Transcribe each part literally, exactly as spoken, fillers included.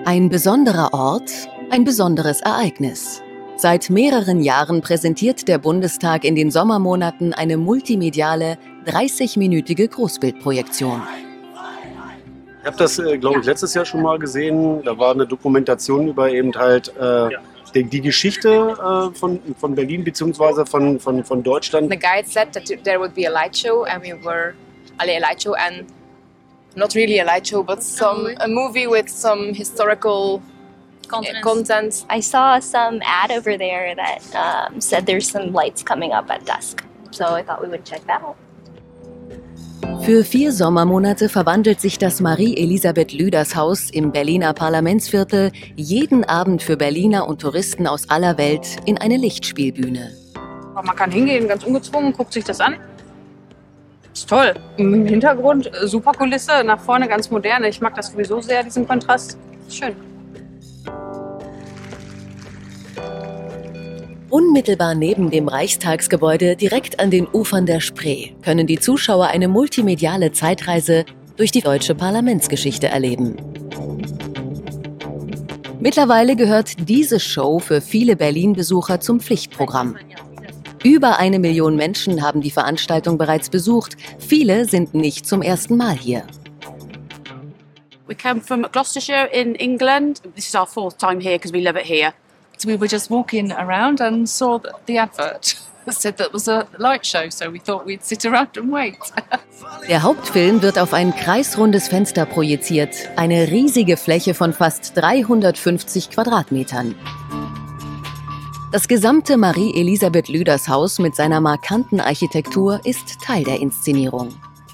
Ein besonderer Ort, ein besonderes Ereignis. Seit mehreren Jahren präsentiert der Bundestag in den Sommermonaten eine multimediale, dreißigminütige Großbildprojektion. Ich habe das, äh, glaube ich, letztes Jahr schon mal gesehen. Da war eine Dokumentation über eben halt äh, die, die Geschichte äh, von, von Berlin bzw. Von, von, von Deutschland. The guide said that there would be a light show and we were a light show and not really a light show, but some a movie with some historical content. content. I saw some ad over there that um, said there's some lights coming up at dusk. So I thought we would check that out. Für vier Sommermonate verwandelt sich das Marie-Elisabeth-Lüders-Haus im Berliner Parlamentsviertel jeden Abend für Berliner und Touristen aus aller Welt in eine Lichtspielbühne. Man kann hingehen, ganz ungezwungen, guckt sich das an. Ist toll. Im Hintergrund super Kulisse, nach vorne ganz modern. Ich mag das sowieso sehr, diesen Kontrast. Schön. Unmittelbar neben dem Reichstagsgebäude, direkt an den Ufern der Spree, können die Zuschauer eine multimediale Zeitreise durch die deutsche Parlamentsgeschichte erleben. Mittlerweile gehört diese Show für viele Berlin-Besucher zum Pflichtprogramm. Über eine Million Menschen haben die Veranstaltung bereits besucht. Viele sind nicht zum ersten Mal hier. We came from Gloucestershire in England. This is our fourth time here because we love it here. We were just walking around and saw the advert. It said that was a light show, so we thought we'd sit around and wait. Der Hauptfilm wird auf ein kreisrundes Fenster projiziert, eine riesige Fläche von fast dreihundertfünfzig Quadratmetern. Das gesamte Marie-Elisabeth-Lüders-Haus mit seiner markanten Architektur ist Teil der Inszenierung.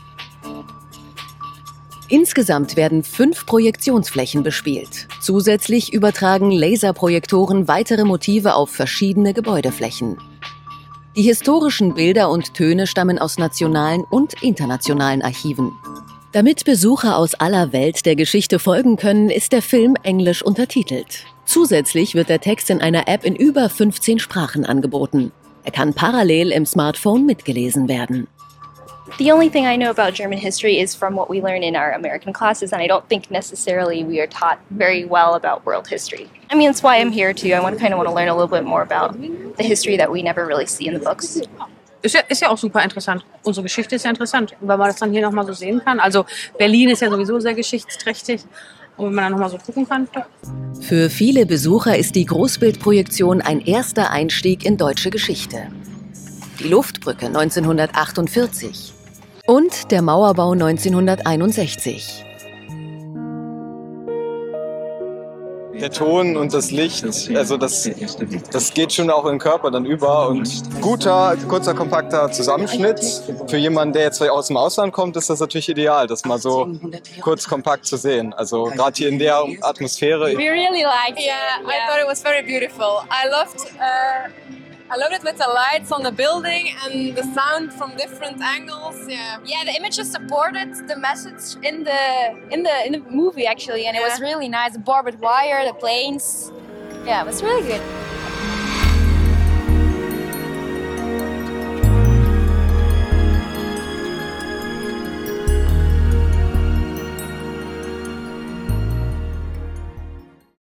Insgesamt werden fünf Projektionsflächen bespielt. Zusätzlich übertragen Laserprojektoren weitere Motive auf verschiedene Gebäudeflächen. Die historischen Bilder und Töne stammen aus nationalen und internationalen Archiven. Damit Besucher aus aller Welt der Geschichte folgen können, ist der Film englisch untertitelt. Zusätzlich wird der Text in einer App in über fünfzehn Sprachen angeboten. Er kann parallel im Smartphone mitgelesen werden. The only thing I know about German history is from what we learn in our American classes, and I don't think necessarily we are taught very well about world history. I mean, that's why I'm here too. I want to kind of want to learn a little bit more about the history that we never really see in the books. Ist ja, ist ja auch super interessant. Unsere Geschichte ist ja interessant, weil man das dann hier nochmal so sehen kann. Also Berlin ist ja sowieso sehr geschichtsträchtig. Und wenn man dann nochmal so gucken kann. Für viele Besucher ist die Großbildprojektion ein erster Einstieg in deutsche Geschichte. Die Luftbrücke neunzehnhundertachtundvierzig und der Mauerbau neunzehnhunderteinundsechzig. Der Ton und das Licht, also das, das geht schon auch in den Körper dann über. Und guter, kurzer, kompakter Zusammenschnitt. Für jemanden, der jetzt aus dem Ausland kommt, ist das natürlich ideal, das mal so kurz kompakt zu sehen. Also gerade hier in der Atmosphäre. We really liked it. Yeah, I thought it was very beautiful. I loved, uh, I loved it with the lights on the building and the sound from different angles. Yeah, yeah, the images supported the message in the in the in the movie actually, and it yeah. was really nice. The barbed wire, the planes. Yeah, it was really good.